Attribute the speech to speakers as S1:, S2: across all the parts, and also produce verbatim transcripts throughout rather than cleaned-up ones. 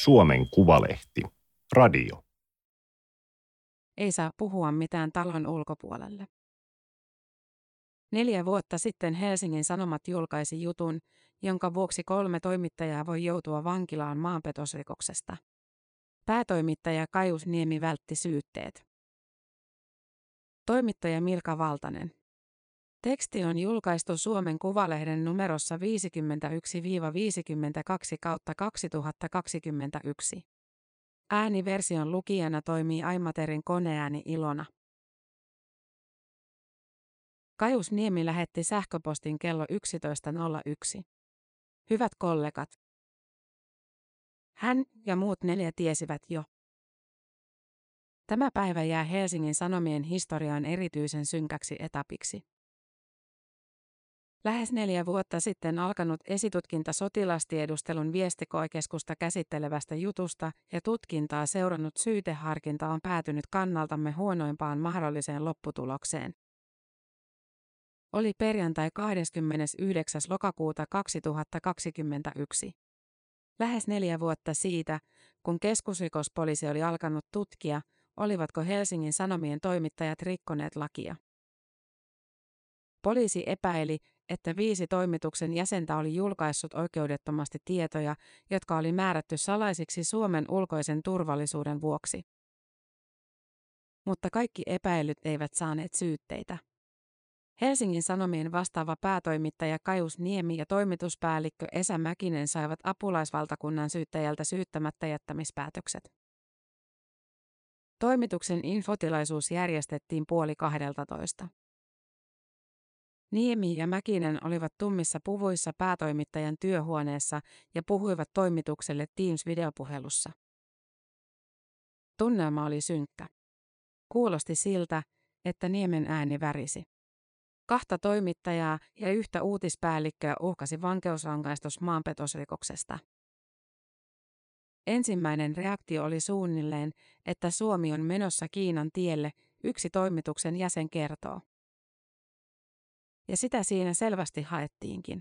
S1: Suomen Kuvalehti. Radio.
S2: Ei saa puhua mitään talon ulkopuolelle. Neljä vuotta sitten Helsingin Sanomat julkaisi jutun, jonka vuoksi kolme toimittajaa voi joutua vankilaan maanpetosrikoksesta. Päätoimittaja Kaius Niemi vältti syytteet. Toimittaja Milka Valtanen. Teksti on julkaistu Suomen Kuvalehden numerossa viisikymmentäyksi viisikymmentäkaksi kautta kaksituhattakaksikymmentäyksi. Ääniversion lukijana toimii Aimaterin koneääni Ilona. Kaius Niemi lähetti sähköpostin kello yksitoista nolla yksi. Hyvät kollegat. Hän ja muut neljä tiesivät jo. Tämä päivä jää Helsingin Sanomien historiaan erityisen synkäksi etapiksi. Lähes neljä vuotta sitten alkanut esitutkinta sotilastiedustelun viestikoekeskusta käsittelevästä jutusta ja tutkintaa seurannut syyteharkinta on päätynyt kannaltamme huonoimpaan mahdolliseen lopputulokseen. Oli perjantai kahdeskymmenesyhdeksäs lokakuuta kaksituhattakaksikymmentäyksi. Lähes neljä vuotta siitä, kun keskusrikospoliisi oli alkanut tutkia, olivatko Helsingin Sanomien toimittajat rikkoneet lakia. Poliisi epäili, että viisi toimituksen jäsentä oli julkaissut oikeudettomasti tietoja, jotka oli määrätty salaisiksi Suomen ulkoisen turvallisuuden vuoksi. Mutta kaikki epäilyt eivät saaneet syytteitä. Helsingin Sanomien vastaava päätoimittaja Kaius Niemi ja toimituspäällikkö Esa Mäkinen saivat apulaisvaltakunnan syyttäjältä syyttämättä jättämispäätökset. Toimituksen infotilaisuus järjestettiin puoli kahdeltatoista. Niemi ja Mäkinen olivat tummissa puvuissa päätoimittajan työhuoneessa ja puhuivat toimitukselle Teams-videopuhelussa. Tunnelma oli synkkä. Kuulosti siltä, että Niemen ääni värisi. Kahta toimittajaa ja yhtä uutispäällikköä uhkasi vankeusrangaistus maanpetosrikoksesta. Ensimmäinen reaktio oli suunnilleen, että Suomi on menossa Kiinan tielle, yksi toimituksen jäsen kertoo. Ja sitä siinä selvästi haettiinkin.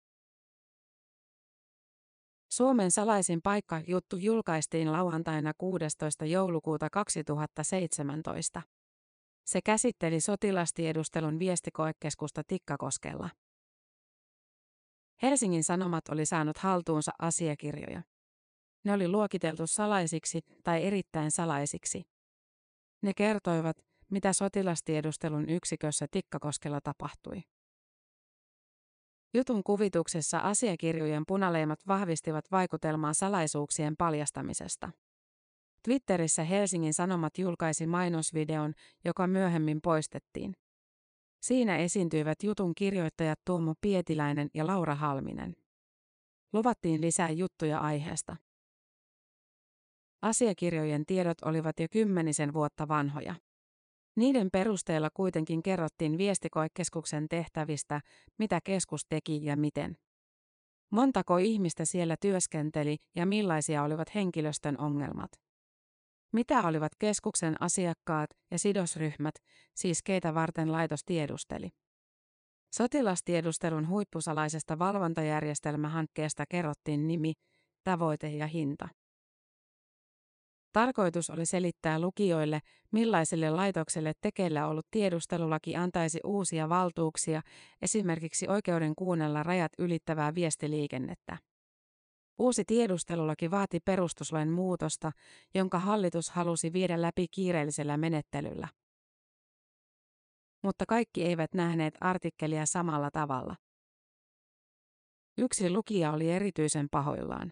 S2: Suomen salaisin paikka-juttu julkaistiin lauantaina kuudestoista joulukuuta kaksituhattaseitsemäntoista. Se käsitteli sotilastiedustelun viestikoekeskusta Tikkakoskella. Helsingin Sanomat oli saanut haltuunsa asiakirjoja. Ne oli luokiteltu salaisiksi tai erittäin salaisiksi. Ne kertoivat, mitä sotilastiedustelun yksikössä Tikkakoskella tapahtui. Jutun kuvituksessa asiakirjojen punaleimat vahvistivat vaikutelmaa salaisuuksien paljastamisesta. Twitterissä Helsingin Sanomat julkaisi mainosvideon, joka myöhemmin poistettiin. Siinä esiintyivät jutun kirjoittajat Tuomo Pietiläinen ja Laura Halminen. Luvattiin lisää juttuja aiheesta. Asiakirjojen tiedot olivat jo kymmenisen vuotta vanhoja. Niiden perusteella kuitenkin kerrottiin viestikoekeskuksen tehtävistä, mitä keskus teki ja miten. Montako ihmistä siellä työskenteli ja millaisia olivat henkilöstön ongelmat. Mitä olivat keskuksen asiakkaat ja sidosryhmät, siis keitä varten laitos tiedusteli. Sotilastiedustelun huippusalaisesta valvontajärjestelmähankkeesta kerrottiin nimi, tavoite ja hinta. Tarkoitus oli selittää lukijoille, millaiselle laitokselle tekeillä ollut tiedustelulaki antaisi uusia valtuuksia, esimerkiksi oikeuden kuunnella rajat ylittävää viestiliikennettä. Uusi tiedustelulaki vaati perustuslain muutosta, jonka hallitus halusi viedä läpi kiireellisellä menettelyllä. Mutta kaikki eivät nähneet artikkelia samalla tavalla. Yksi lukija oli erityisen pahoillaan.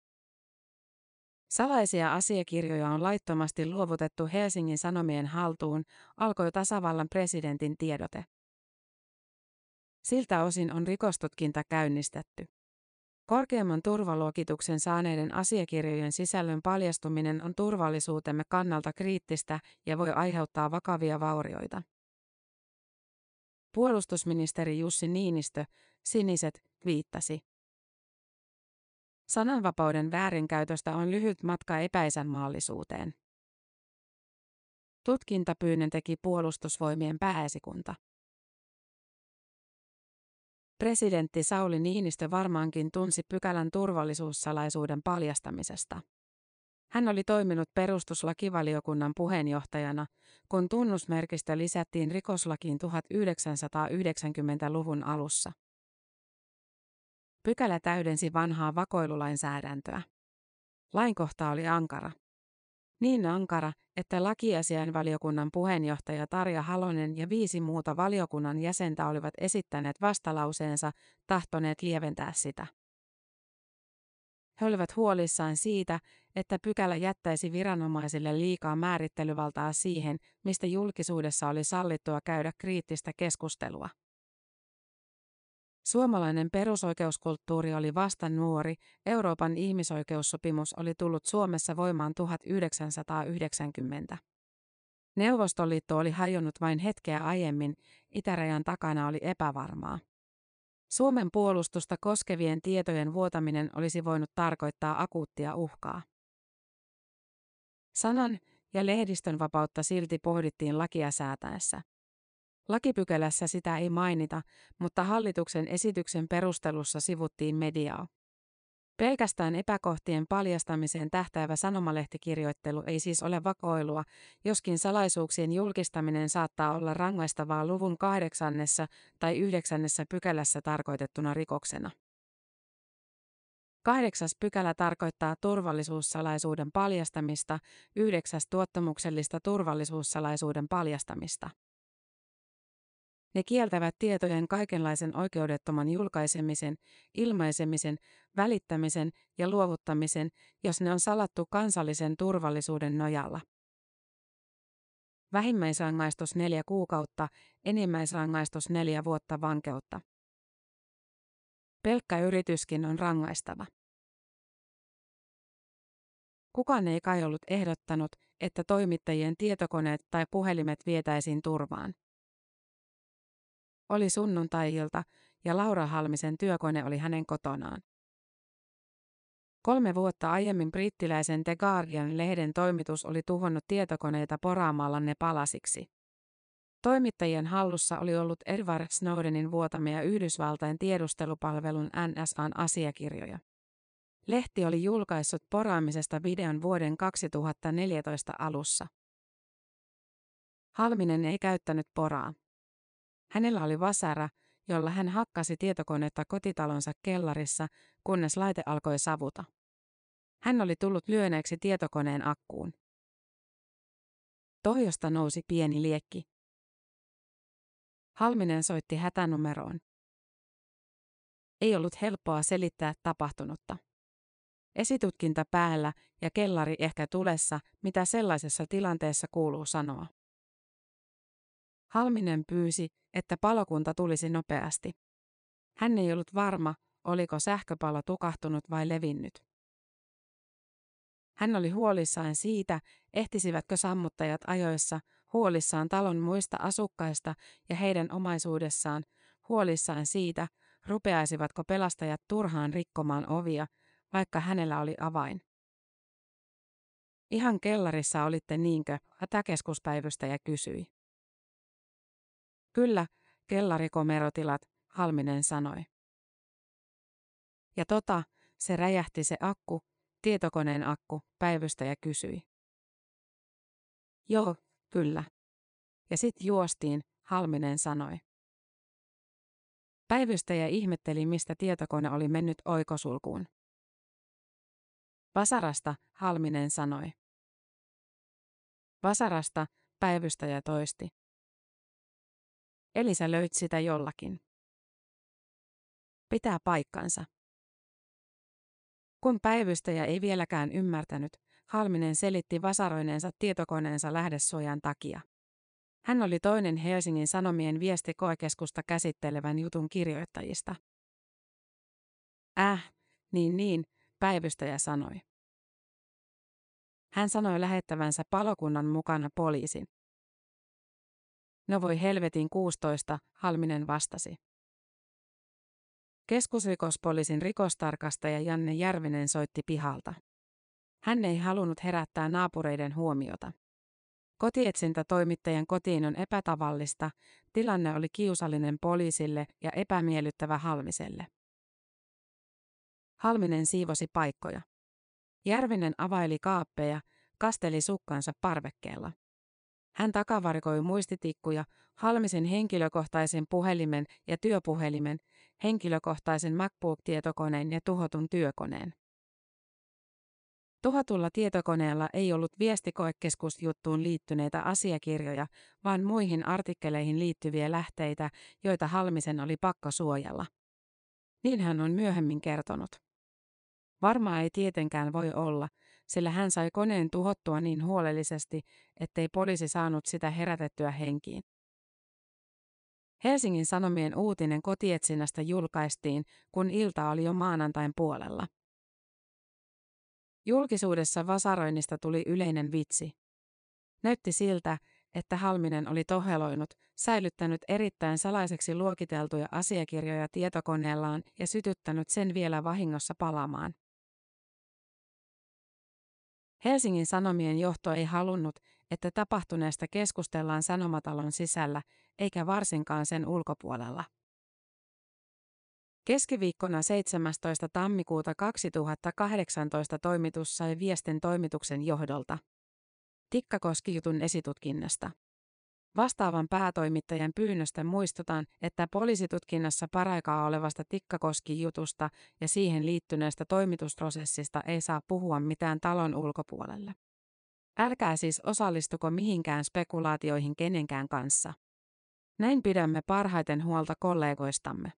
S2: Salaisia asiakirjoja on laittomasti luovutettu Helsingin Sanomien haltuun, alkoi tasavallan presidentin tiedote. Siltä osin on rikostutkinta käynnistetty. Korkeamman turvaluokituksen saaneiden asiakirjojen sisällön paljastuminen on turvallisuutemme kannalta kriittistä ja voi aiheuttaa vakavia vaurioita. Puolustusministeri Jussi Niinistö, Siniset, twiittasi. Sananvapauden väärinkäytöstä on lyhyt matka epäisänmaallisuuteen. Tutkintapyynnön teki Puolustusvoimien pääesikunta. Presidentti Sauli Niinistö varmaankin tunsi pykälän turvallisuussalaisuuden paljastamisesta. Hän oli toiminut perustuslakivaliokunnan puheenjohtajana, kun tunnusmerkistö lisättiin rikoslakiin tuhatyhdeksänsataayhdeksänkymmentäluvun alussa. Pykälä täydensi vanhaa vakoilulainsäädäntöä. Lainkohta oli ankara. Niin ankara, että lakiasiainvaliokunnan puheenjohtaja Tarja Halonen ja viisi muuta valiokunnan jäsentä olivat esittäneet vastalauseensa, tahtoneet lieventää sitä. He olivat huolissaan siitä, että pykälä jättäisi viranomaisille liikaa määrittelyvaltaa siihen, mistä julkisuudessa oli sallittua käydä kriittistä keskustelua. Suomalainen perusoikeuskulttuuri oli vasta nuori, Euroopan ihmisoikeussopimus oli tullut Suomessa voimaan tuhatyhdeksänsataayhdeksänkymmentä. Neuvostoliitto oli hajonnut vain hetkeä aiemmin, itärajan takana oli epävarmaa. Suomen puolustusta koskevien tietojen vuotaminen olisi voinut tarkoittaa akuuttia uhkaa. Sanan- ja lehdistön vapautta silti pohdittiin lakia säätäessä. Lakipykälässä sitä ei mainita, mutta hallituksen esityksen perustelussa sivuttiin mediaa. Pelkästään epäkohtien paljastamiseen tähtäävä sanomalehtikirjoittelu ei siis ole vakoilua, joskin salaisuuksien julkistaminen saattaa olla rangaistavaa luvun kahdeksannessa tai yhdeksännessä pykälässä tarkoitettuna rikoksena. Kahdeksas pykälä tarkoittaa turvallisuussalaisuuden paljastamista, yhdeksäs tuottamuksellista turvallisuussalaisuuden paljastamista. Ne kieltävät tietojen kaikenlaisen oikeudettoman julkaisemisen, ilmaisemisen, välittämisen ja luovuttamisen, jos ne on salattu kansallisen turvallisuuden nojalla. Vähimmäisrangaistus neljä kuukautta, enimmäisrangaistus neljä vuotta vankeutta. Pelkkä yrityskin on rangaistava. Kukaan ei kai ollut ehdottanut, että toimittajien tietokoneet tai puhelimet vietäisiin turvaan. Oli sunnuntai-ilta ja Laura Halmisen työkone oli hänen kotonaan. Kolme vuotta aiemmin brittiläisen The Guardian-lehden toimitus oli tuhonnut tietokoneita poraamalla ne palasiksi. Toimittajien hallussa oli ollut Edward Snowdenin vuotamia Yhdysvaltain tiedustelupalvelun N S A:n asiakirjoja. Lehti oli julkaissut poraamisesta videon vuoden kaksituhattaneljätoista alussa. Halminen ei käyttänyt poraa. Hänellä oli vasara, jolla hän hakkasi tietokonetta kotitalonsa kellarissa, kunnes laite alkoi savuta. Hän oli tullut lyöneeksi tietokoneen akkuun. Tohjosta nousi pieni liekki. Halminen soitti hätänumeroon. Ei ollut helppoa selittää tapahtunutta. Esitutkinta päällä ja kellari ehkä tulessa, mitä sellaisessa tilanteessa kuuluu sanoa. Halminen pyysi, että palokunta tulisi nopeasti. Hän ei ollut varma, oliko sähköpalo tukahtunut vai levinnyt. Hän oli huolissaan siitä, ehtisivätkö sammuttajat ajoissa, huolissaan talon muista asukkaista ja heidän omaisuudessaan, huolissaan siitä, rupeaisivatko pelastajat turhaan rikkomaan ovia, vaikka hänellä oli avain. Ihan kellarissa olitte niinkö, hätäkeskuspäivystäjä kysyi. Kyllä, kellarikomerotilat, Halminen sanoi. Ja tota, se räjähti se akku, tietokoneen akku, päivystäjä kysyi. Joo, kyllä. Ja sit juostiin, Halminen sanoi. Päivystäjä ihmetteli, mistä tietokone oli mennyt oikosulkuun. Vasarasta, Halminen sanoi. Vasarasta, päivystäjä toisti. Eli sä löit sitä jollakin. Pitää paikkansa. Kun päivystäjä ei vieläkään ymmärtänyt, Halminen selitti vasaroineensa tietokoneensa lähdesuojan takia. Hän oli toinen Helsingin Sanomien viestikoekeskusta käsittelevän jutun kirjoittajista. Äh, niin niin, päivystäjä sanoi. Hän sanoi lähettävänsä palokunnan mukana poliisin. No voi helvetin kuusitoista, Halminen vastasi. Keskusrikospoliisin rikostarkastaja Janne Järvinen soitti pihalta. Hän ei halunnut herättää naapureiden huomiota. Kotietsintä toimittajan kotiin on epätavallista, tilanne oli kiusallinen poliisille ja epämiellyttävä Halmiselle. Halminen siivosi paikkoja. Järvinen availi kaappeja, kasteli sukkansa parvekkeella. Hän takavarikoi muistitikkuja, Halmisen henkilökohtaisen puhelimen ja työpuhelimen, henkilökohtaisen MacBook-tietokoneen ja tuhotun työkoneen. Tuhatulla tietokoneella ei ollut viestikoekeskusjuttuun liittyneitä asiakirjoja, vaan muihin artikkeleihin liittyviä lähteitä, joita Halmisen oli pakko suojella. Niin hän on myöhemmin kertonut. Varmaa ei tietenkään voi olla, sillä hän sai koneen tuhottua niin huolellisesti, ettei poliisi saanut sitä herätettyä henkiin. Helsingin Sanomien uutinen kotietsinnästä julkaistiin, kun ilta oli jo maanantain puolella. Julkisuudessa vasaroinnista tuli yleinen vitsi. Näytti siltä, että Halminen oli toheloinut, säilyttänyt erittäin salaiseksi luokiteltuja asiakirjoja tietokoneellaan ja sytyttänyt sen vielä vahingossa palamaan. Helsingin Sanomien johto ei halunnut, että tapahtuneesta keskustellaan Sanomatalon sisällä, eikä varsinkaan sen ulkopuolella. Keskiviikkona seitsemästoista tammikuuta kaksituhattakahdeksantoista toimitus sai viestin toimituksen johdolta. Tikkakoski-jutun esitutkinnasta. Vastaavan päätoimittajan pyynnöstä muistutan, että poliisitutkinnassa paraikaa olevasta Tikkakoski-jutusta ja siihen liittyneestä toimitusprosessista ei saa puhua mitään talon ulkopuolelle. Älkää siis osallistuko mihinkään spekulaatioihin kenenkään kanssa. Näin pidämme parhaiten huolta kollegoistamme.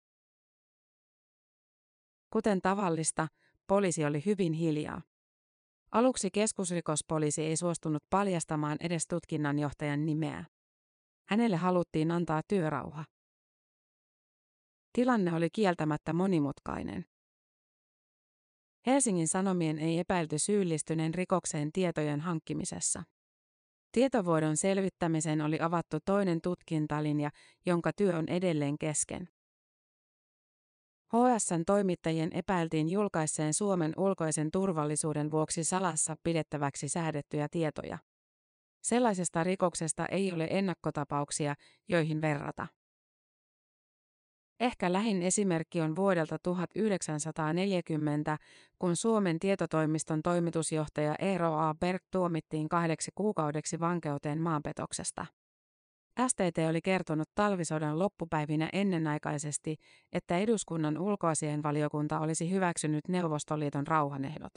S2: Kuten tavallista, poliisi oli hyvin hiljaa. Aluksi keskusrikospoliisi ei suostunut paljastamaan edes tutkinnanjohtajan nimeä. Hänelle haluttiin antaa työrauha. Tilanne oli kieltämättä monimutkainen. Helsingin Sanomien ei epäilty syyllistyneen rikokseen tietojen hankkimisessa. Tietovuodon selvittämiseen oli avattu toinen tutkintalinja, jonka työ on edelleen kesken. H S:n toimittajien epäiltiin julkaisseen Suomen ulkoisen turvallisuuden vuoksi salassa pidettäväksi säädettyjä tietoja. Sellaisesta rikoksesta ei ole ennakkotapauksia, joihin verrata. Ehkä lähin esimerkki on vuodelta tuhatyhdeksänsataaneljäkymmentä, kun Suomen tietotoimiston toimitusjohtaja Eero A. Berg tuomittiin kahdeksi kuukaudeksi vankeuteen maanpetoksesta. S T T oli kertonut talvisodan loppupäivinä ennenaikaisesti, että eduskunnan ulkoasiainvaliokunta olisi hyväksynyt Neuvostoliiton rauhanehdot.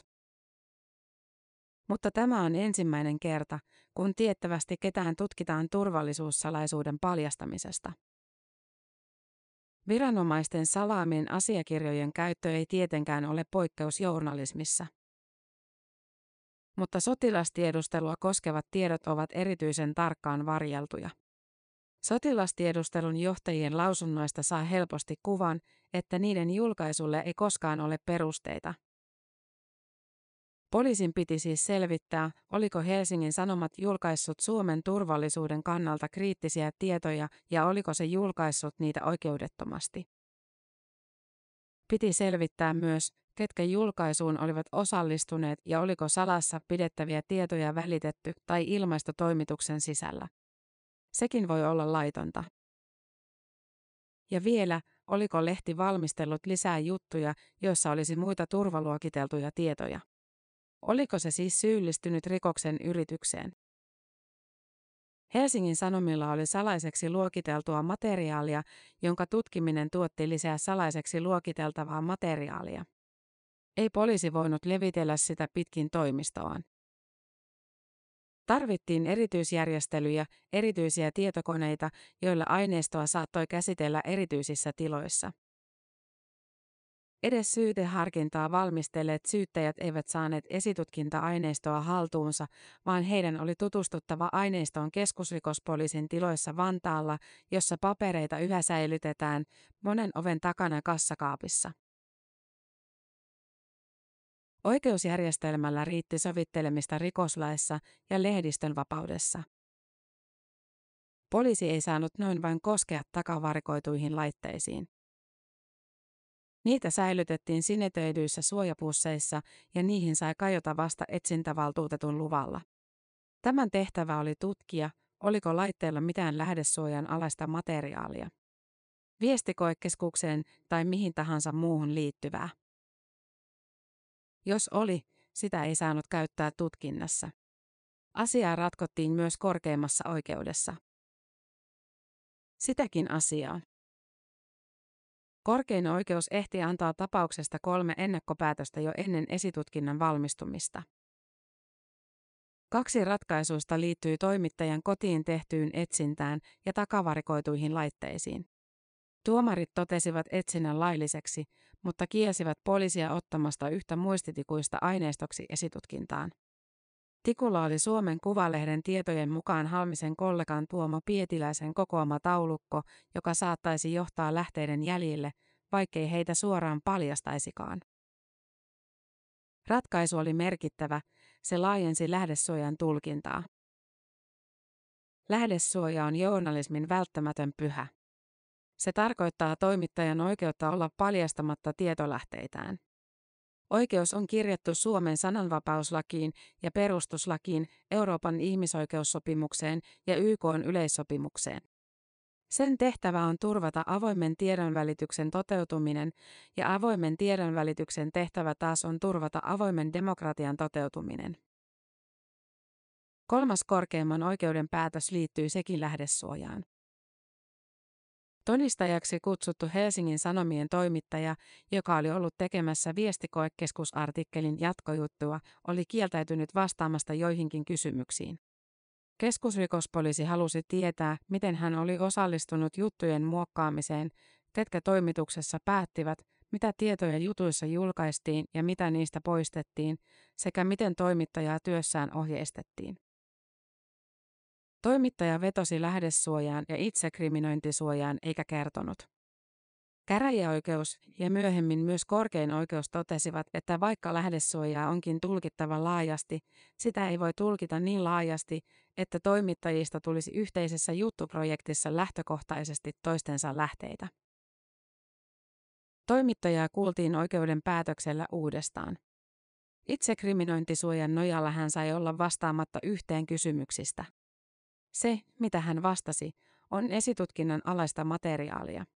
S2: Mutta tämä on ensimmäinen kerta, kun tiettävästi ketään tutkitaan turvallisuussalaisuuden paljastamisesta. Viranomaisten salaamien asiakirjojen käyttö ei tietenkään ole poikkeus journalismissa. Mutta sotilastiedustelua koskevat tiedot ovat erityisen tarkkaan varjeltuja. Sotilastiedustelun johtajien lausunnoista saa helposti kuvan, että niiden julkaisulle ei koskaan ole perusteita. Poliisin piti siis selvittää, oliko Helsingin Sanomat julkaissut Suomen turvallisuuden kannalta kriittisiä tietoja ja oliko se julkaissut niitä oikeudettomasti. Piti selvittää myös, ketkä julkaisuun olivat osallistuneet ja oliko salassa pidettäviä tietoja välitetty tai ilmaistu toimituksen sisällä. Sekin voi olla laitonta. Ja vielä, oliko lehti valmistellut lisää juttuja, joissa olisi muita turvaluokiteltuja tietoja? Oliko se siis syyllistynyt rikoksen yritykseen? Helsingin Sanomilla oli salaiseksi luokiteltua materiaalia, jonka tutkiminen tuotti lisää salaiseksi luokiteltavaa materiaalia. Ei poliisi voinut levitellä sitä pitkin toimistoaan. Tarvittiin erityisjärjestelyjä, erityisiä tietokoneita, joilla aineistoa saattoi käsitellä erityisissä tiloissa. Edes syyteharkintaa valmistelleet syyttäjät eivät saaneet esitutkinta-aineistoa haltuunsa, vaan heidän oli tutustuttava aineistoon keskusrikospoliisin tiloissa Vantaalla, jossa papereita yhä säilytetään, monen oven takana kassakaapissa. Oikeusjärjestelmällä riitti sovittelemista rikoslaissa ja lehdistön vapaudessa. Poliisi ei saanut noin vain koskea takavarikoituihin laitteisiin. Niitä säilytettiin sinetöidyissä suojapusseissa ja niihin sai kajota vasta etsintävaltuutetun luvalla. Tämän tehtävä oli tutkia, oliko laitteella mitään lähdesuojan alaista materiaalia. Viestikoekeskukseen tai mihin tahansa muuhun liittyvää. Jos oli, sitä ei saanut käyttää tutkinnassa. Asiaa ratkottiin myös korkeimmassa oikeudessa. Sitäkin asiaa. Korkein oikeus ehti antaa tapauksesta kolme ennakkopäätöstä jo ennen esitutkinnan valmistumista. Kaksi ratkaisuista liittyi toimittajan kotiin tehtyyn etsintään ja takavarikoituihin laitteisiin. Tuomarit totesivat etsinnän lailliseksi, mutta kielsivät poliisia ottamasta yhtä muistitikuista aineistoksi esitutkintaan. Tikulla oli Suomen Kuvalehden tietojen mukaan Halmisen kollegan Tuomo Pietiläisen kokoama taulukko, joka saattaisi johtaa lähteiden jäljille, vaikkei heitä suoraan paljastaisikaan. Ratkaisu oli merkittävä, se laajensi lähdesuojan tulkintaa. Lähdesuoja on journalismin välttämätön pyhä. Se tarkoittaa toimittajan oikeutta olla paljastamatta tietolähteitään. Oikeus on kirjattu Suomen sananvapauslakiin ja perustuslakiin, Euroopan ihmisoikeussopimukseen ja Y K:n yleissopimukseen. Sen tehtävä on turvata avoimen tiedonvälityksen toteutuminen, ja avoimen tiedonvälityksen tehtävä taas on turvata avoimen demokratian toteutuminen. Kolmas korkeimman oikeuden päätös liittyy sekin lähdesuojaan. Todistajaksi kutsuttu Helsingin Sanomien toimittaja, joka oli ollut tekemässä viestikoekeskusartikkelin jatkojuttua, oli kieltäytynyt vastaamasta joihinkin kysymyksiin. Keskusrikospoliisi halusi tietää, miten hän oli osallistunut juttujen muokkaamiseen, ketkä toimituksessa päättivät, mitä tietoja jutuissa julkaistiin ja mitä niistä poistettiin, sekä miten toimittajaa työssään ohjeistettiin. Toimittaja vetosi lähdesuojaan ja itsekriminointisuojaan eikä kertonut. Käräjäoikeus ja myöhemmin myös korkein oikeus totesivat, että vaikka lähdesuojaa onkin tulkittava laajasti, sitä ei voi tulkita niin laajasti, että toimittajista tulisi yhteisessä juttuprojektissa lähtökohtaisesti toistensa lähteitä. Toimittajaa kuultiin oikeuden päätöksellä uudestaan. Itsekriminointisuojan nojalla hän sai olla vastaamatta yhteen kysymyksistä. Se, mitä hän vastasi, on esitutkinnan alaista materiaalia.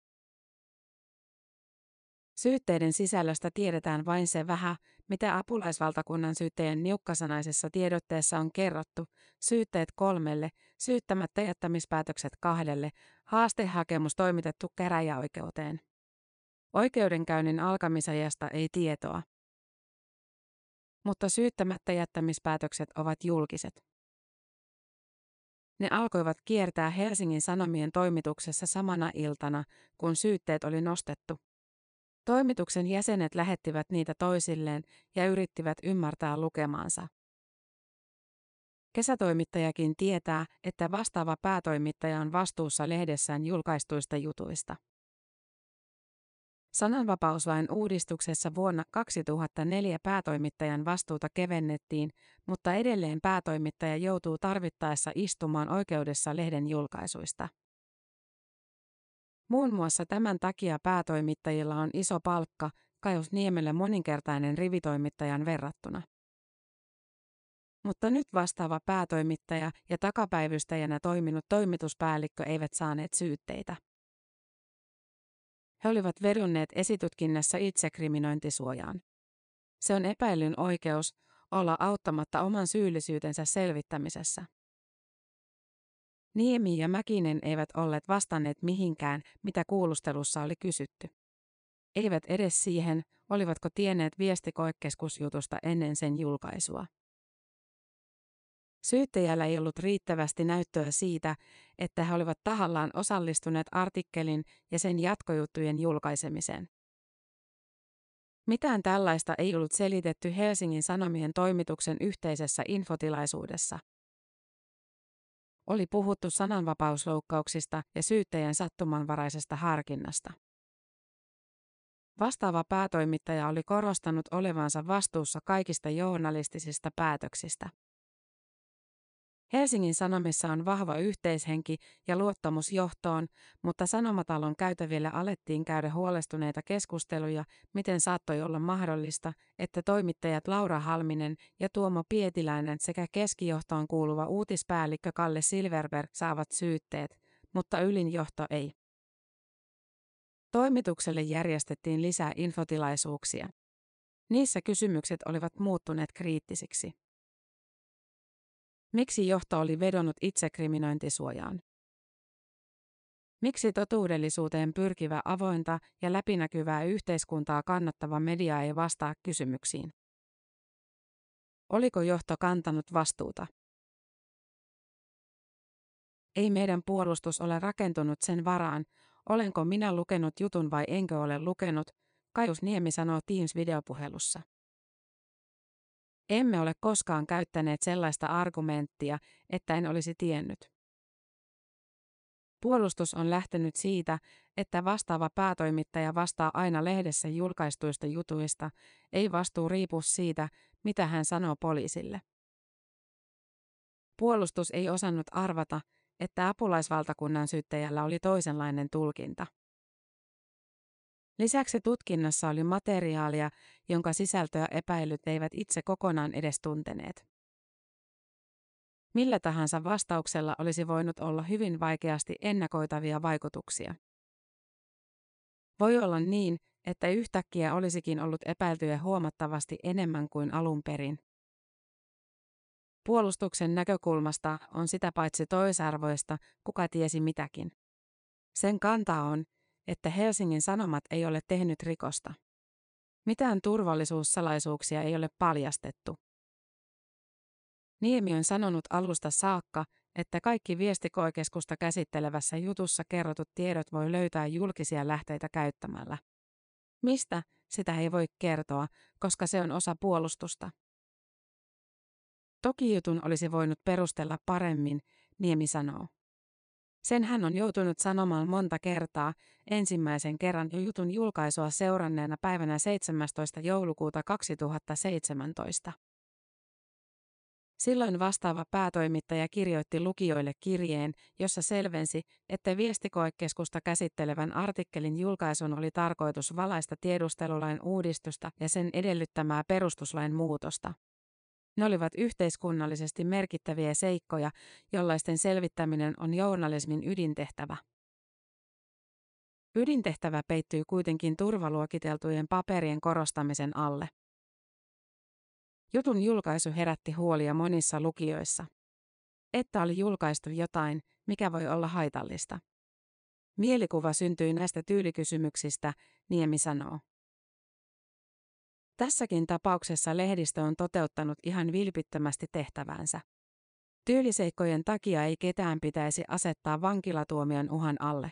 S2: Syytteiden sisällöstä tiedetään vain se vähän, mitä apulaisvaltakunnan syyttäjän niukkasanaisessa tiedotteessa on kerrottu, syytteet kolmelle, syyttämättä jättämispäätökset kahdelle, haastehakemus toimitettu käräjäoikeuteen. Oikeudenkäynnin alkamisajasta ei tietoa. Mutta syyttämättä jättämispäätökset ovat julkiset. Ne alkoivat kiertää Helsingin Sanomien toimituksessa samana iltana, kun syytteet oli nostettu. Toimituksen jäsenet lähettivät niitä toisilleen ja yrittivät ymmärtää lukemaansa. Kesätoimittajakin tietää, että vastaava päätoimittaja on vastuussa lehdessään julkaistuista jutuista. Sananvapauslain uudistuksessa vuonna kaksituhattaneljä päätoimittajan vastuuta kevennettiin, mutta edelleen päätoimittaja joutuu tarvittaessa istumaan oikeudessa lehden julkaisuista. Muun muassa tämän takia päätoimittajilla on iso palkka, Kaius Niemelle moninkertainen rivitoimittajan verrattuna. Mutta nyt vastaava päätoimittaja ja takapäivystäjänä toiminut toimituspäällikkö eivät saaneet syytteitä. He olivat vedonneet esitutkinnassa itsekriminointisuojaan. Se on epäillyn oikeus olla auttamatta oman syyllisyytensä selvittämisessä. Niemi ja Mäkinen eivät olleet vastanneet mihinkään, mitä kuulustelussa oli kysytty. Eivät edes siihen, olivatko tienneet viestikoekeskusjutusta ennen sen julkaisua. Syyttäjällä ei ollut riittävästi näyttöä siitä, että he olivat tahallaan osallistuneet artikkelin ja sen jatkojuttujen julkaisemiseen. Mitään tällaista ei ollut selitetty Helsingin Sanomien toimituksen yhteisessä infotilaisuudessa. Oli puhuttu sananvapausloukkauksista ja syyttäjän sattumanvaraisesta harkinnasta. Vastaava päätoimittaja oli korostanut olevansa vastuussa kaikista journalistisista päätöksistä. Helsingin Sanomissa on vahva yhteishenki ja luottamus johtoon, mutta Sanomatalon käytävillä alettiin käydä huolestuneita keskusteluja, miten saattoi olla mahdollista, että toimittajat Laura Halminen ja Tuomo Pietiläinen sekä keskijohtoon kuuluva uutispäällikkö Kalle Silverberg saavat syytteet, mutta ylin johto ei. Toimitukselle järjestettiin lisää infotilaisuuksia. Niissä kysymykset olivat muuttuneet kriittisiksi. Miksi johto oli vedonnut itsekriminointisuojaan? Miksi totuudellisuuteen pyrkivä avointa ja läpinäkyvää yhteiskuntaa kannattava media ei vastaa kysymyksiin? Oliko johto kantanut vastuuta? Ei meidän puolustus ole rakentunut sen varaan, olenko minä lukenut jutun vai enkö ole lukenut, Kaius Niemi sanoo Teams-videopuhelussa. Emme ole koskaan käyttäneet sellaista argumenttia, että en olisi tiennyt. Puolustus on lähtenyt siitä, että vastaava päätoimittaja vastaa aina lehdessä julkaistuista jutuista, ei vastuu riipu siitä, mitä hän sanoo poliisille. Puolustus ei osannut arvata, että apulaisvaltakunnan syyttäjällä oli toisenlainen tulkinta. Lisäksi tutkinnassa oli materiaalia, jonka sisältöä epäilyt eivät itse kokonaan edes tunteneet. Millä tahansa vastauksella olisi voinut olla hyvin vaikeasti ennakoitavia vaikutuksia. Voi olla niin, että yhtäkkiä olisikin ollut epäiltyjä huomattavasti enemmän kuin alun perin. Puolustuksen näkökulmasta on sitä paitsi toisarvoista, kuka tiesi mitäkin. Sen kanta on, että Helsingin Sanomat ei ole tehnyt rikosta. Mitään turvallisuussalaisuuksia ei ole paljastettu. Niemi on sanonut alusta saakka, että kaikki viestikoekeskusta käsittelevässä jutussa kerrotut tiedot voi löytää julkisia lähteitä käyttämällä. Mistä, sitä ei voi kertoa, koska se on osa puolustusta. Toki jutun olisi voinut perustella paremmin, Niemi sanoo. Sen hän on joutunut sanomaan monta kertaa, ensimmäisen kerran jo jutun julkaisua seuranneena päivänä seitsemästoista joulukuuta kaksituhattaseitsemäntoista. Silloin vastaava päätoimittaja kirjoitti lukijoille kirjeen, jossa selvensi, että viestikoekeskusta käsittelevän artikkelin julkaisun oli tarkoitus valaista tiedustelulain uudistusta ja sen edellyttämää perustuslain muutosta. Ne olivat yhteiskunnallisesti merkittäviä seikkoja, jollaisten selvittäminen on journalismin ydintehtävä. Ydintehtävä peittyy kuitenkin turvaluokiteltujen paperien korostamisen alle. Jutun julkaisu herätti huolia monissa lukijoissa. Että oli julkaistu jotain, mikä voi olla haitallista. Mielikuva syntyi näistä tyylikysymyksistä, Niemi sanoo. Tässäkin tapauksessa lehdistö on toteuttanut ihan vilpittömästi tehtävänsä. Tyyliseikkojen takia ei ketään pitäisi asettaa vankilatuomion uhan alle.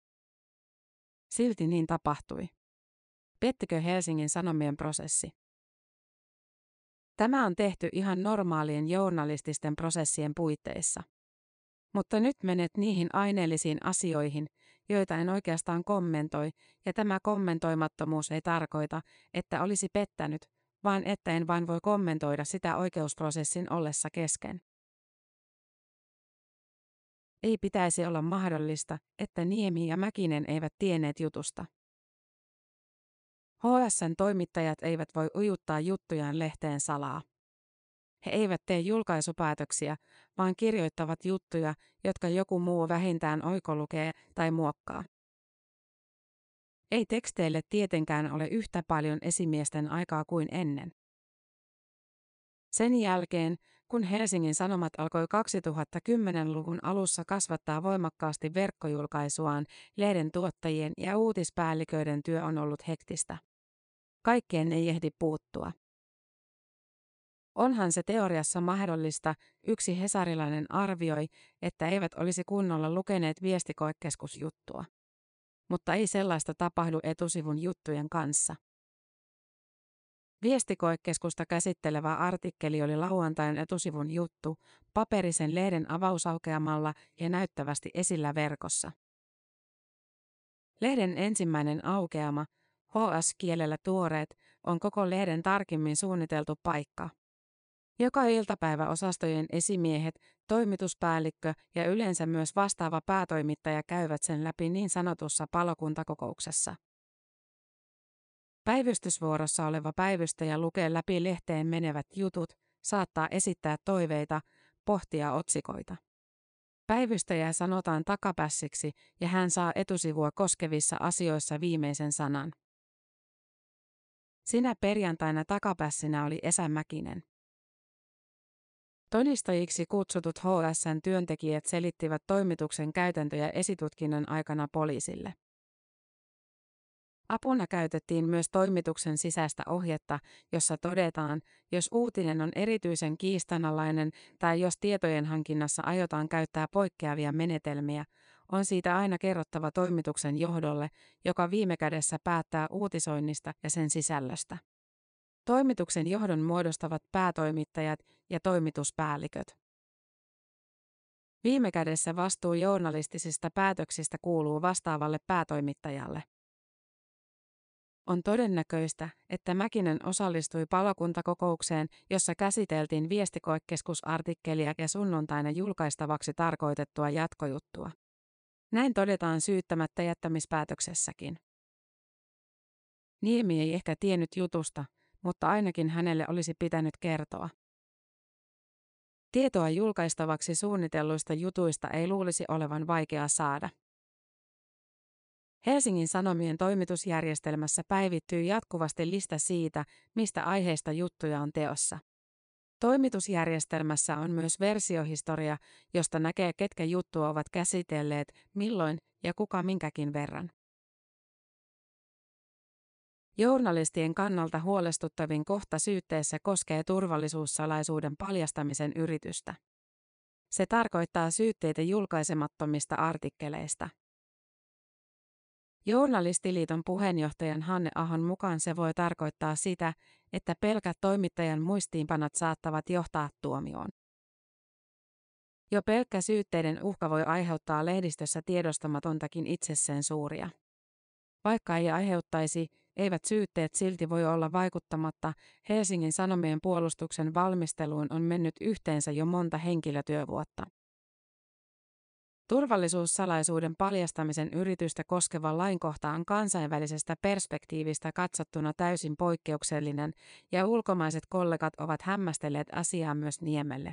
S2: Silti niin tapahtui. Pettikö Helsingin Sanomien prosessi? Tämä on tehty ihan normaalien journalististen prosessien puitteissa. Mutta nyt menet niihin aineellisiin asioihin, joita en oikeastaan kommentoi, ja tämä kommentoimattomuus ei tarkoita, että olisi pettänyt, vaan että en vain voi kommentoida sitä oikeusprosessin ollessa kesken. Ei pitäisi olla mahdollista, että Niemi ja Mäkinen eivät tienneet jutusta. H S:n toimittajat eivät voi ujuttaa juttujaan lehteen salaa. He eivät tee julkaisupäätöksiä, vaan kirjoittavat juttuja, jotka joku muu vähintään oikolukee tai muokkaa. Ei teksteille tietenkään ole yhtä paljon esimiesten aikaa kuin ennen. Sen jälkeen, kun Helsingin Sanomat alkoi kaksituhattakymmenluvun alussa kasvattaa voimakkaasti verkkojulkaisuaan, lehden tuottajien ja uutispäälliköiden työ on ollut hektistä. Kaikkeen ei ehdi puuttua. Onhan se teoriassa mahdollista, yksi hesarilainen arvioi, että eivät olisi kunnolla lukeneet viestikoekeskusjuttua. Mutta ei sellaista tapahdu etusivun juttujen kanssa. Viestikoekeskusta käsittelevä artikkeli oli lauantain etusivun juttu, paperisen lehden avausaukeamalla ja näyttävästi esillä verkossa. Lehden ensimmäinen aukeama, H S-kielellä tuoreet, on koko lehden tarkemmin suunniteltu paikka. Joka iltapäivä osastojen esimiehet, toimituspäällikkö ja yleensä myös vastaava päätoimittaja käyvät sen läpi niin sanotussa palokuntakokouksessa. Päivystysvuorossa oleva päivystäjä lukee läpi lehteen menevät jutut, saattaa esittää toiveita, pohtia otsikoita. Päivystäjä sanotaan takapässiksi ja hän saa etusivua koskevissa asioissa viimeisen sanan. Sinä perjantaina takapässinä oli Esa Mäkinen. Todistajiksi kutsutut H S:n työntekijät selittivät toimituksen käytäntöjä esitutkinnan aikana poliisille. Apuna käytettiin myös toimituksen sisäistä ohjetta, jossa todetaan, jos uutinen on erityisen kiistanalainen tai jos tietojen hankinnassa aiotaan käyttää poikkeavia menetelmiä, on siitä aina kerrottava toimituksen johdolle, joka viime kädessä päättää uutisoinnista ja sen sisällöstä. Toimituksen johdon muodostavat päätoimittajat ja toimituspäälliköt. Viime kädessä vastuu journalistisista päätöksistä kuuluu vastaavalle päätoimittajalle. On todennäköistä, että Mäkinen osallistui palokuntakokoukseen, jossa käsiteltiin viestikoekeskusartikkelia ja sunnuntaina julkaistavaksi tarkoitettua jatkojuttua. Näin todetaan syyttämättä jättämispäätöksessäkin. Niemi ei ehkä tiennyt jutusta, mutta ainakin hänelle olisi pitänyt kertoa. Tietoa julkaistavaksi suunnitelluista jutuista ei luulisi olevan vaikea saada. Helsingin Sanomien toimitusjärjestelmässä päivittyy jatkuvasti lista siitä, mistä aiheesta juttuja on teossa. Toimitusjärjestelmässä on myös versiohistoria, josta näkee, ketkä juttua ovat käsitelleet, milloin ja kuka minkäkin verran. Journalistien kannalta huolestuttavin kohta syytteessä koskee turvallisuussalaisuuden paljastamisen yritystä. Se tarkoittaa syytteitä julkaisemattomista artikkeleista. Journalistiliiton puheenjohtajan Hanne Ahon mukaan se voi tarkoittaa sitä, että pelkät toimittajan muistiinpanot saattavat johtaa tuomioon. Jo pelkkä syytteiden uhka voi aiheuttaa lehdistössä tiedostamatontakin itsesensuuria. Vaikka ei aiheuttaisi, eivät syytteet silti voi olla vaikuttamatta. Helsingin Sanomien puolustuksen valmisteluun on mennyt yhteensä jo monta henkilötyövuotta. Turvallisuussalaisuuden paljastamisen yritystä koskeva lainkohta on kansainvälisestä perspektiivistä katsottuna täysin poikkeuksellinen, ja ulkomaiset kollegat ovat hämmästelleet asiaa myös Niemelle.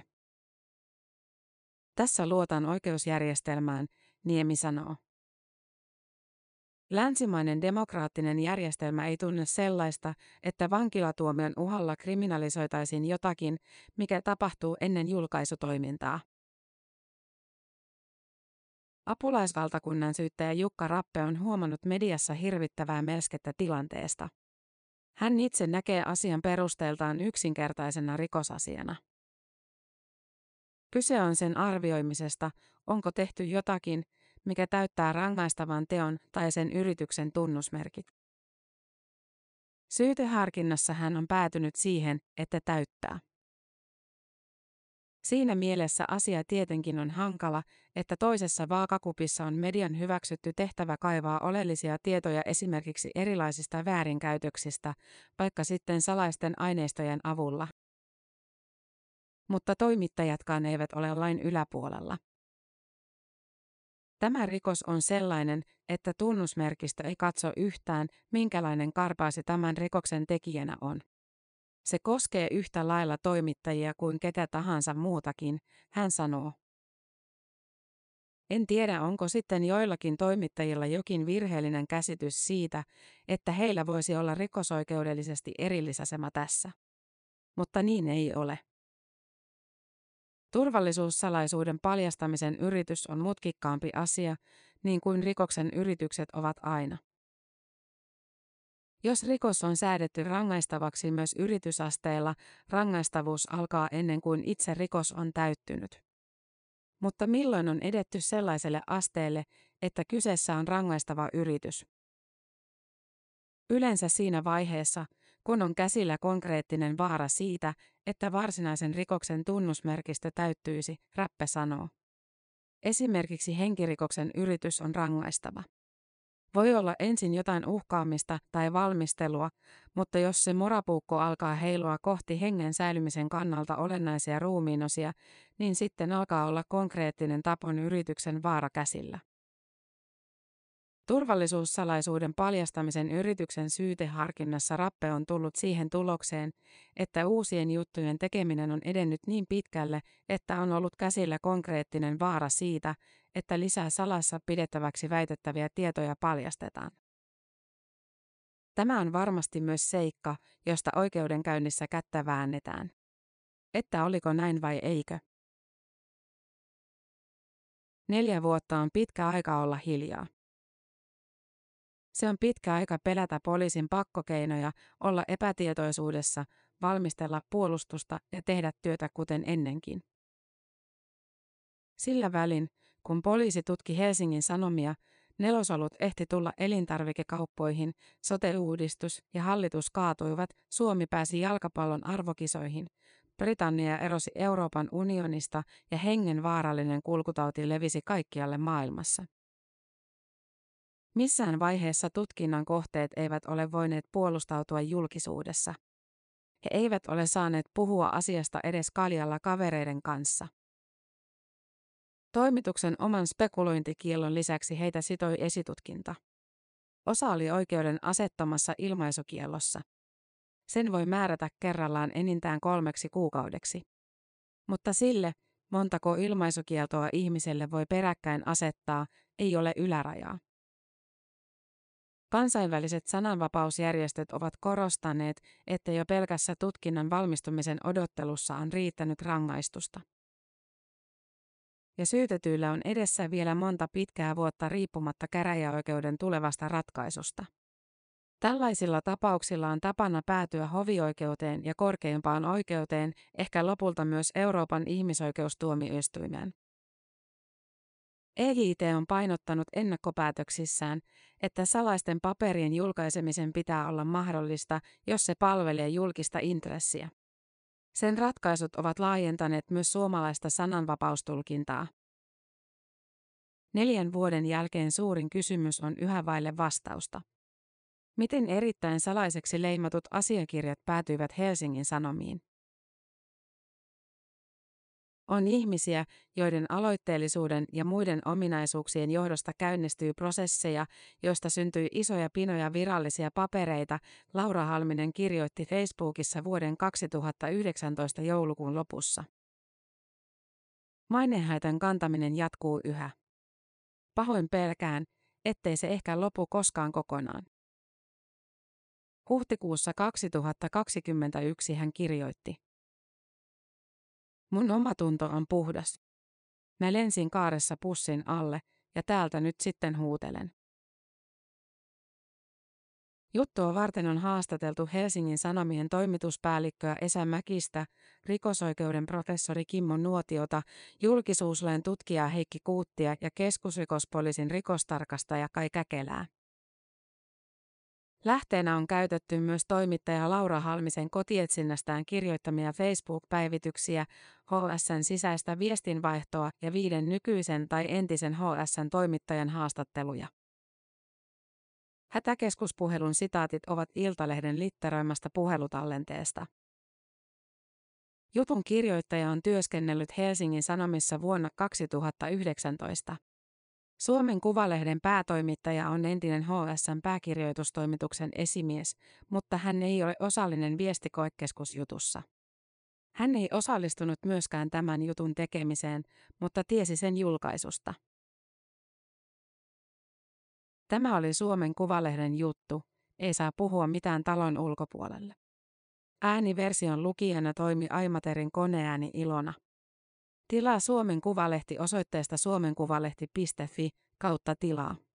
S2: Tässä luotan oikeusjärjestelmään, Niemi sanoo. Länsimainen demokraattinen järjestelmä ei tunne sellaista, että vankilatuomion uhalla kriminalisoitaisiin jotakin, mikä tapahtuu ennen julkaisutoimintaa. Apulaisvaltakunnan syyttäjä Jukka Rappe on huomannut mediassa hirvittävää melskettä tilanteesta. Hän itse näkee asian perusteeltaan yksinkertaisena rikosasiana. Kyse on sen arvioimisesta, onko tehty jotakin, mikä täyttää rangaistavan teon tai sen yrityksen tunnusmerkit. Syyteharkinnassa hän on päätynyt siihen, että täyttää. Siinä mielessä asia tietenkin on hankala, että toisessa vaakakupissa on median hyväksytty tehtävä kaivaa oleellisia tietoja esimerkiksi erilaisista väärinkäytöksistä, vaikka sitten salaisten aineistojen avulla. Mutta toimittajatkaan eivät ole lain yläpuolella. Tämä rikos on sellainen, että tunnusmerkistö ei katso yhtään, minkälainen karpaasi tämän rikoksen tekijänä on. Se koskee yhtä lailla toimittajia kuin ketä tahansa muutakin, hän sanoo. En tiedä, onko sitten joillakin toimittajilla jokin virheellinen käsitys siitä, että heillä voisi olla rikosoikeudellisesti erillisasema tässä. Mutta niin ei ole. Turvallisuussalaisuuden paljastamisen yritys on mutkikkaampi asia, niin kuin rikoksen yritykset ovat aina. Jos rikos on säädetty rangaistavaksi myös yritysasteella, rangaistavuus alkaa ennen kuin itse rikos on täyttynyt. Mutta milloin on edetty sellaiselle asteelle, että kyseessä on rangaistava yritys? Yleensä siinä vaiheessa, kun on käsillä konkreettinen vaara siitä, että varsinaisen rikoksen tunnusmerkistö täyttyisi, Rappe sanoo. Esimerkiksi henkirikoksen yritys on rangaistava. Voi olla ensin jotain uhkaamista tai valmistelua, mutta jos se morapuukko alkaa heilua kohti hengen säilymisen kannalta olennaisia ruumiinosia, niin sitten alkaa olla konkreettinen tapon yrityksen vaara käsillä. Turvallisuussalaisuuden paljastamisen yrityksen syyteharkinnassa Rappe on tullut siihen tulokseen, että uusien juttujen tekeminen on edennyt niin pitkälle, että on ollut käsillä konkreettinen vaara siitä, että lisää salassa pidettäväksi väitettäviä tietoja paljastetaan. Tämä on varmasti myös seikka, josta oikeudenkäynnissä kättä väännetään. Että oliko näin vai eikö? Neljä vuotta on pitkä aika olla hiljaa. Se on pitkä aika pelätä poliisin pakkokeinoja, olla epätietoisuudessa, valmistella puolustusta ja tehdä työtä kuten ennenkin. Sillä välin, kun poliisi tutki Helsingin Sanomia, nelosolut ehti tulla elintarvikekauppoihin, sote-uudistus ja hallitus kaatuivat, Suomi pääsi jalkapallon arvokisoihin, Britannia erosi Euroopan unionista ja hengenvaarallinen kulkutauti levisi kaikkialle maailmassa. Missään vaiheessa tutkinnan kohteet eivät ole voineet puolustautua julkisuudessa. He eivät ole saaneet puhua asiasta edes kaljalla kavereiden kanssa. Toimituksen oman spekulointikiellon lisäksi heitä sitoi esitutkinta. Osa oli oikeuden asettamassa ilmaisukiellossa. Sen voi määrätä kerrallaan enintään kolmeksi kuukaudeksi. Mutta sille, montako ilmaisukieltoa ihmiselle voi peräkkäin asettaa, ei ole ylärajaa. Kansainväliset sananvapausjärjestöt ovat korostaneet, että jo pelkässä tutkinnan valmistumisen odottelussa on riittänyt rangaistusta. Ja syytetyillä on edessä vielä monta pitkää vuotta riippumatta käräjäoikeuden tulevasta ratkaisusta. Tällaisilla tapauksilla on tapana päätyä hovioikeuteen ja korkeimpaan oikeuteen, ehkä lopulta myös Euroopan ihmisoikeustuomioistuimeen. E J T on painottanut ennakkopäätöksissään, että salaisten paperien julkaisemisen pitää olla mahdollista, jos se palvelee julkista intressiä. Sen ratkaisut ovat laajentaneet myös suomalaista sananvapaustulkintaa. Neljän vuoden jälkeen suurin kysymys on yhä vaille vastausta. Miten erittäin salaiseksi leimatut asiakirjat päätyivät Helsingin Sanomiin? On ihmisiä, joiden aloitteellisuuden ja muiden ominaisuuksien johdosta käynnistyy prosesseja, joista syntyy isoja pinoja virallisia papereita, Laura Halminen kirjoitti Facebookissa vuoden kaksituhattayhdeksäntoista joulukuun lopussa. Mainehaitan kantaminen jatkuu yhä. Pahoin pelkään, ettei se ehkä lopu koskaan kokonaan. Huhtikuussa kaksituhattakaksikymmentäyksi hän kirjoitti. Mun omatunto on puhdas. Mä lensin kaaressa pussin alle ja täältä nyt sitten huutelen. Juttua varten on haastateltu Helsingin Sanomien toimituspäällikköä Esa Mäkistä, rikosoikeuden professori Kimmo Nuotiota, julkisuuslain tutkijaa Heikki Kuuttia ja keskusrikospoliisin rikostarkastaja Kai Käkelää. Lähteenä on käytetty myös toimittaja Laura Halmisen kotietsinnästään kirjoittamia Facebook-päivityksiä, H S:n sisäistä viestinvaihtoa ja viiden nykyisen tai entisen H S:n toimittajan haastatteluja. Hätäkeskuspuhelun sitaatit ovat Iltalehden litteroimasta puhelutallenteesta. Jutun kirjoittaja on työskennellyt Helsingin Sanomissa vuonna kaksituhattayhdeksäntoista. Suomen Kuvalehden päätoimittaja on entinen H S:n pääkirjoitustoimituksen esimies, mutta hän ei ole osallinen viestikoekeskusjutussa. Hän ei osallistunut myöskään tämän jutun tekemiseen, mutta tiesi sen julkaisusta. Tämä oli Suomen Kuvalehden juttu, ei saa puhua mitään talon ulkopuolelle. Ääniversion lukijana toimi Aimaterin koneääni Ilona. Tilaa Suomen Kuvalehti osoitteesta suomenkuvalehti piste fi kautta tilaa.